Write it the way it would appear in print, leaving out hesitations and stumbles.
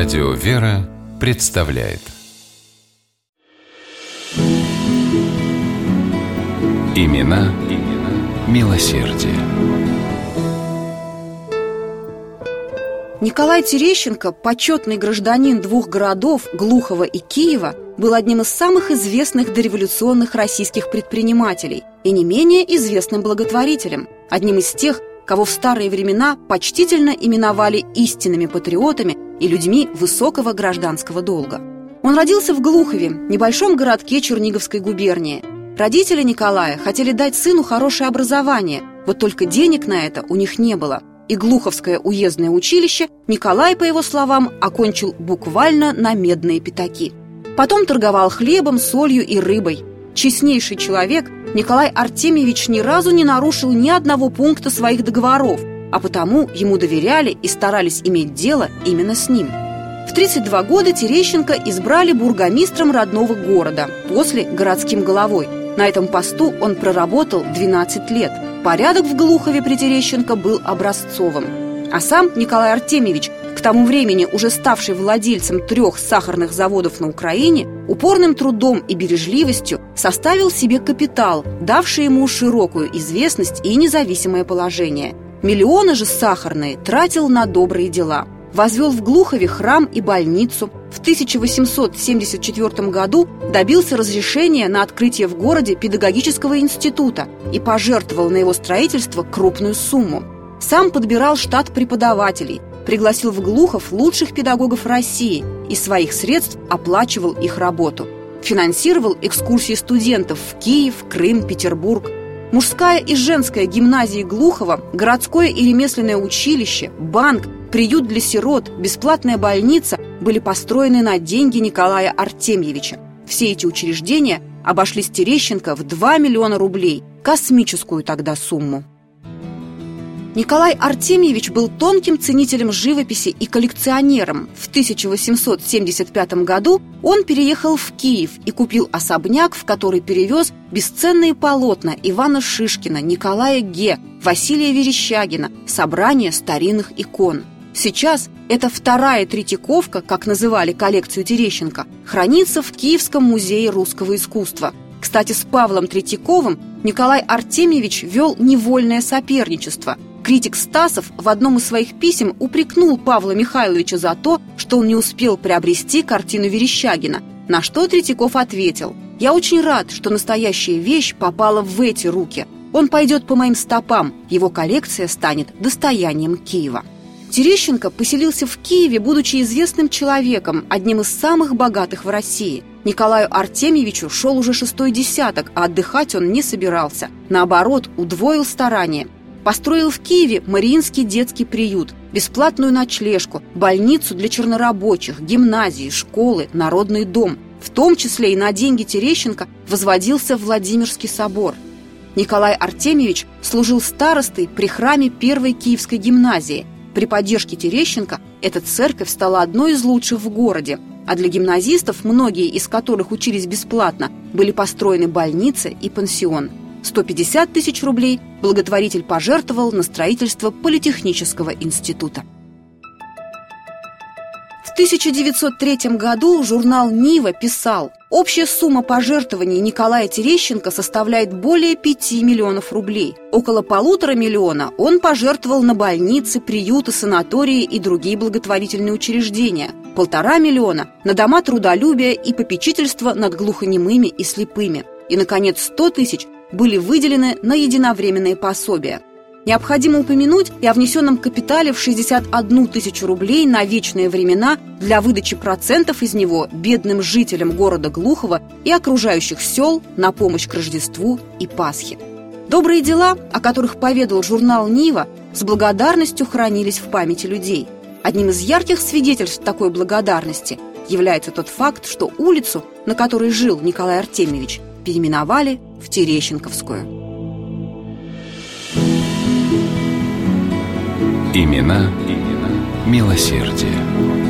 Радио «Вера» представляет Имена милосердия. Николай Терещенко, почетный гражданин двух городов, Глухова и Киева, был одним из самых известных дореволюционных российских предпринимателей и не менее известным благотворителем, одним из тех, кого в старые времена почтительно именовали истинными патриотами и людьми высокого гражданского долга. Он родился в Глухове, небольшом городке Черниговской губернии. Родители Николая хотели дать сыну хорошее образование, вот только денег на это у них не было. И Глуховское уездное училище Николай, по его словам, окончил буквально на медные пятаки. Потом торговал хлебом, солью и рыбой. Честнейший человек, Николай Артемьевич ни разу не нарушил ни одного пункта своих договоров, а потому ему доверяли и старались иметь дело именно с ним. В 32 года Терещенко избрали бургомистром родного города, после городским головой. На этом посту он проработал 12 лет. Порядок в Глухове при Терещенко был образцовым. А сам Николай Артемьевич, к тому времени уже ставший владельцем 3 сахарных заводов на Украине, упорным трудом и бережливостью составил себе капитал, давший ему широкую известность и независимое положение. Миллионы же сахарные тратил на добрые дела. Возвел в Глухове храм и больницу. В 1874 году добился разрешения на открытие в городе педагогического института и пожертвовал на его строительство крупную сумму. Сам подбирал штат преподавателей, пригласил в Глухов лучших педагогов России и своих средств оплачивал их работу. Финансировал экскурсии студентов в Киев, Крым, Петербург. Мужская и женская гимназии Глухова, городское и ремесленное училище, банк, приют для сирот, бесплатная больница были построены на деньги Николая Артемьевича. Все эти учреждения обошлись Терещенко в 2 миллиона рублей, космическую тогда сумму. Николай Артемьевич был тонким ценителем живописи и коллекционером. В 1875 году он переехал в Киев и купил особняк, в который перевез бесценные полотна Ивана Шишкина, Николая Ге, Василия Верещагина, собрание старинных икон. Сейчас эта вторая Третьяковка, как называли коллекцию Терещенко, хранится в Киевском музее русского искусства. Кстати, с Павлом Третьяковым Николай Артемьевич вел невольное соперничество. Критик Стасов в одном из своих писем упрекнул Павла Михайловича за то, что он не успел приобрести картину Верещагина, на что Третьяков ответил: «Я очень рад, что настоящая вещь попала в эти руки. Он пойдет по моим стопам, его коллекция станет достоянием Киева». Терещенко поселился в Киеве, будучи известным человеком, одним из самых богатых в России. Николаю Артемьевичу шел уже 6-й десяток, а отдыхать он не собирался. Наоборот, удвоил старания. Построил в Киеве Мариинский детский приют, бесплатную ночлежку, больницу для чернорабочих, гимназии, школы, народный дом. В том числе и на деньги Терещенко возводился Владимирский собор. Николай Артемьевич служил старостой при храме Первой Киевской гимназии. При поддержке Терещенко эта церковь стала одной из лучших в городе, а для гимназистов, многие из которых учились бесплатно, были построены больницы и пансион. 150 тысяч рублей благотворитель пожертвовал на строительство Политехнического института. В 1903 году журнал «Нива» писал: общая сумма пожертвований Николая Терещенко составляет более 5 миллионов рублей. Около 1,5 миллиона он пожертвовал на больницы, приюты, санатории и другие благотворительные учреждения. 1,5 миллиона на дома трудолюбия и попечительства над глухонемыми и слепыми. И, наконец, 100 тысяч были выделены на единовременные пособия. Необходимо упомянуть и о внесенном капитале в 61 тысячу рублей на вечные времена для выдачи процентов из него бедным жителям города Глухова и окружающих сел на помощь к Рождеству и Пасхе. Добрые дела, о которых поведал журнал «Нива», с благодарностью хранились в памяти людей. Одним из ярких свидетельств такой благодарности является тот факт, что улицу, на которой жил Николай Артемьевич, переименовали в Терещенковскую. Имена милосердия.